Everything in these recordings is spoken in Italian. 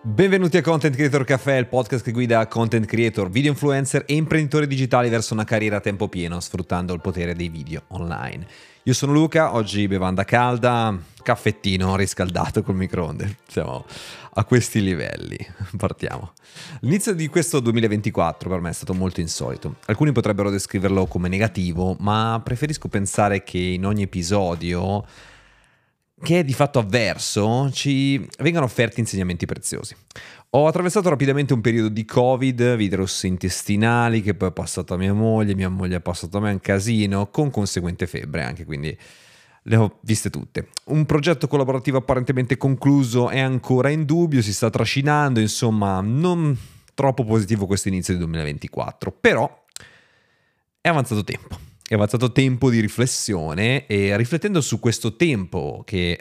Benvenuti a Content Creator Café, il podcast che guida content creator, video influencer e imprenditori digitali verso una carriera a tempo pieno, sfruttando il potere dei video online. Io sono Luca, oggi bevanda calda, caffettino riscaldato col microonde. Siamo a questi livelli. Partiamo. L'inizio di questo 2024 per me è stato molto insolito. Alcuni potrebbero descriverlo come negativo, ma preferisco pensare che in ogni episodio, che è di fatto avverso, ci vengano offerti insegnamenti preziosi. Ho attraversato rapidamente un periodo di Covid, virus intestinali, che poi è passato a mia moglie ha passato a me un casino, con conseguente febbre anche, quindi le ho viste tutte. Un progetto collaborativo apparentemente concluso è ancora in dubbio, si sta trascinando, insomma, non troppo positivo questo inizio di 2024, però è avanzato tempo. È avanzato tempo di riflessione e riflettendo su questo tempo che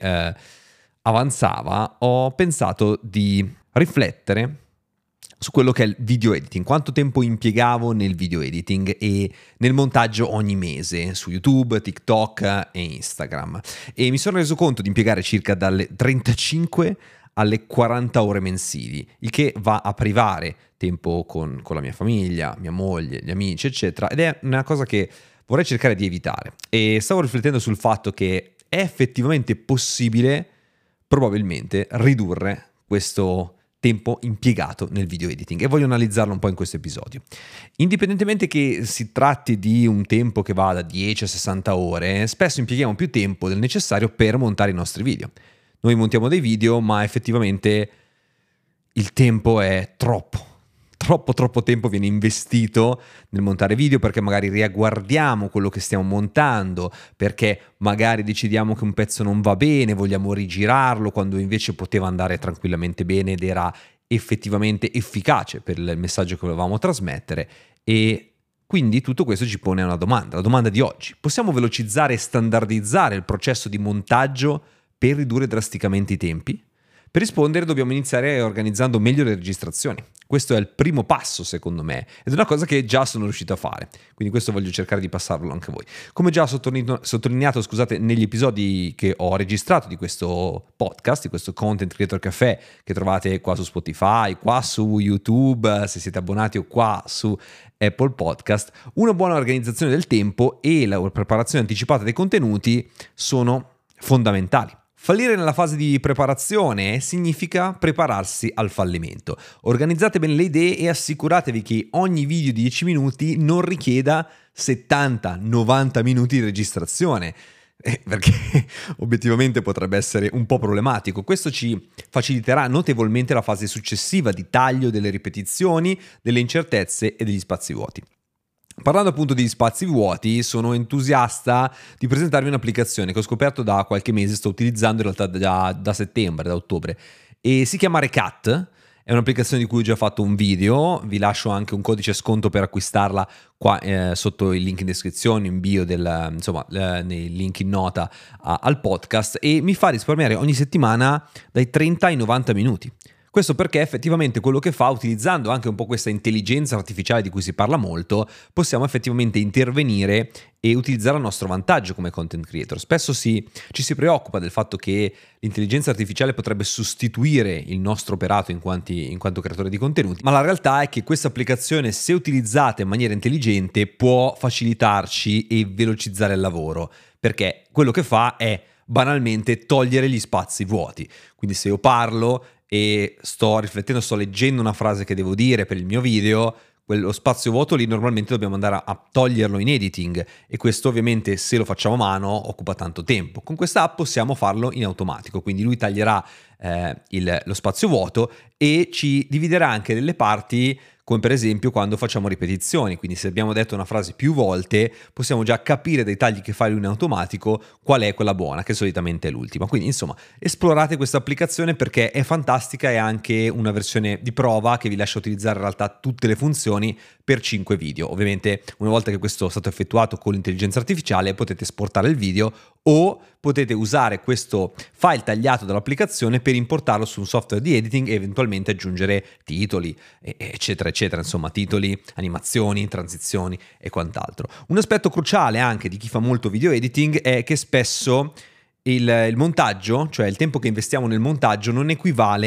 avanzava ho pensato di riflettere su quello che è il video editing, quanto tempo impiegavo nel video editing e nel montaggio ogni mese su YouTube, TikTok e Instagram, e mi sono reso conto di impiegare circa dalle 35 alle 40 ore mensili, il che va a privare tempo con la mia famiglia, mia moglie, gli amici eccetera, ed è una cosa che vorrei cercare di evitare. E stavo riflettendo sul fatto che è effettivamente possibile probabilmente ridurre questo tempo impiegato nel video editing, e voglio analizzarlo un po' in questo episodio. Indipendentemente che si tratti di un tempo che va da 10 a 60 ore, spesso impieghiamo più tempo del necessario per montare i nostri video. Noi montiamo dei video, ma effettivamente il tempo è troppo tempo viene investito nel montare video, perché magari riagguardiamo quello che stiamo montando, perché magari decidiamo che un pezzo non va bene, vogliamo rigirarlo quando invece poteva andare tranquillamente bene ed era effettivamente efficace per il messaggio che volevamo trasmettere. E quindi tutto questo ci pone una domanda, la domanda di oggi: possiamo velocizzare e standardizzare il processo di montaggio per ridurre drasticamente i tempi? Per rispondere dobbiamo iniziare organizzando meglio le registrazioni. Questo è il primo passo secondo me, ed è una cosa che già sono riuscito a fare, quindi questo voglio cercare di passarlo anche a voi. Come già sottolineato negli episodi che ho registrato di questo podcast, di questo Content Creator Café, che trovate qua su Spotify, qua su YouTube, se siete abbonati, o qua su Apple Podcast, una buona organizzazione del tempo e la preparazione anticipata dei contenuti sono fondamentali. Fallire nella fase di preparazione significa prepararsi al fallimento. Organizzate bene le idee e assicuratevi che ogni video di 10 minuti non richieda 70-90 minuti di registrazione, perché obiettivamente potrebbe essere un po' problematico. Questo ci faciliterà notevolmente la fase successiva di taglio delle ripetizioni, delle incertezze e degli spazi vuoti. Parlando appunto di spazi vuoti, sono entusiasta di presentarvi un'applicazione che ho scoperto da qualche mese, sto utilizzando in realtà da settembre, da ottobre, e si chiama Recut. È un'applicazione di cui ho già fatto un video, vi lascio anche un codice sconto per acquistarla qua sotto il link in descrizione, in bio, nei link in nota al podcast, e mi fa risparmiare ogni settimana dai 30 ai 90 minuti. Questo perché effettivamente quello che fa, utilizzando anche un po' questa intelligenza artificiale di cui si parla molto, possiamo effettivamente intervenire e utilizzare a nostro vantaggio come content creator. Spesso ci si preoccupa del fatto che l'intelligenza artificiale potrebbe sostituire il nostro operato in quanto creatore di contenuti, ma la realtà è che questa applicazione, se utilizzata in maniera intelligente, può facilitarci e velocizzare il lavoro, perché quello che fa è banalmente togliere gli spazi vuoti. Quindi se io parlo e sto riflettendo, sto leggendo una frase che devo dire per il mio video, quello spazio vuoto lì normalmente dobbiamo andare a toglierlo in editing, e questo ovviamente, se lo facciamo a mano, occupa tanto tempo. Con questa app possiamo farlo in automatico, quindi lui taglierà lo spazio vuoto e ci dividerà anche delle parti, come per esempio quando facciamo ripetizioni. Quindi se abbiamo detto una frase più volte, possiamo già capire dai tagli che fa lui in automatico qual è quella buona, che solitamente è l'ultima. Quindi insomma, esplorate questa applicazione perché è fantastica, e anche una versione di prova che vi lascia utilizzare in realtà tutte le funzioni per 5 video. Ovviamente una volta che questo è stato effettuato con l'intelligenza artificiale, potete esportare il video o potete usare questo file tagliato dall'applicazione per importarlo su un software di editing e eventualmente aggiungere titoli, eccetera eccetera, insomma titoli, animazioni, transizioni e quant'altro. Un aspetto cruciale anche di chi fa molto video editing è che spesso il montaggio, cioè il tempo che investiamo nel montaggio, non equivale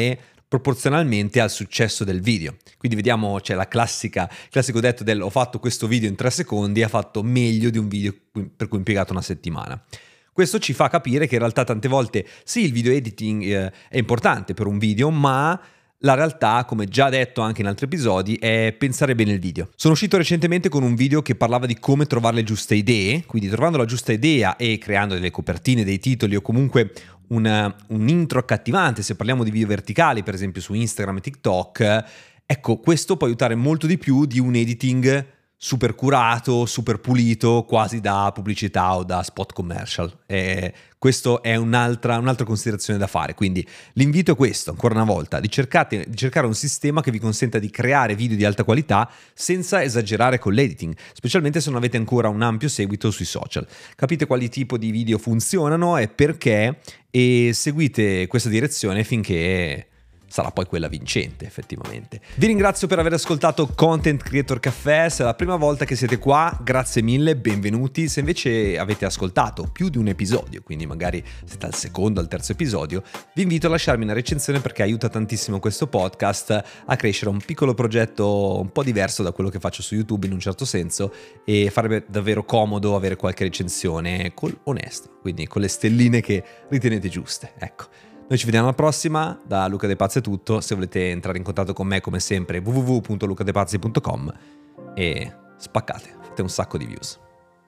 proporzionalmente al successo del video. Quindi vediamo, c'è il classico detto del ho fatto questo video in 3 secondi, ha fatto meglio di un video per cui ho impiegato una settimana. Questo ci fa capire che in realtà tante volte sì, il video editing è importante per un video, ma la realtà, come già detto anche in altri episodi, è pensare bene il video. Sono uscito recentemente con un video che parlava di come trovare le giuste idee, quindi trovando la giusta idea e creando delle copertine, dei titoli o comunque un intro accattivante, se parliamo di video verticali, per esempio su Instagram e TikTok, ecco, questo può aiutare molto di più di un editing super curato, super pulito, quasi da pubblicità o da spot commercial. Questo è un'altra considerazione da fare, quindi l'invito è questo, ancora una volta, di cercare un sistema che vi consenta di creare video di alta qualità senza esagerare con l'editing, specialmente se non avete ancora un ampio seguito sui social. Capite quali tipo di video funzionano e perché, e seguite questa direzione finché sarà poi quella vincente, effettivamente. Vi ringrazio per aver ascoltato Content Creator Café. Se è la prima volta che siete qua, grazie mille, benvenuti. Se invece avete ascoltato più di un episodio, quindi magari siete al secondo, al terzo episodio, vi invito a lasciarmi una recensione perché aiuta tantissimo questo podcast a crescere un piccolo progetto un po' diverso da quello che faccio su YouTube in un certo senso, e farebbe davvero comodo avere qualche recensione onesta, quindi con le stelline che ritenete giuste, ecco. Noi ci vediamo alla prossima, da Luca De Pazzi è tutto. Se volete entrare in contatto con me, come sempre, www.lucadepazzi.com, e spaccate, fate un sacco di views.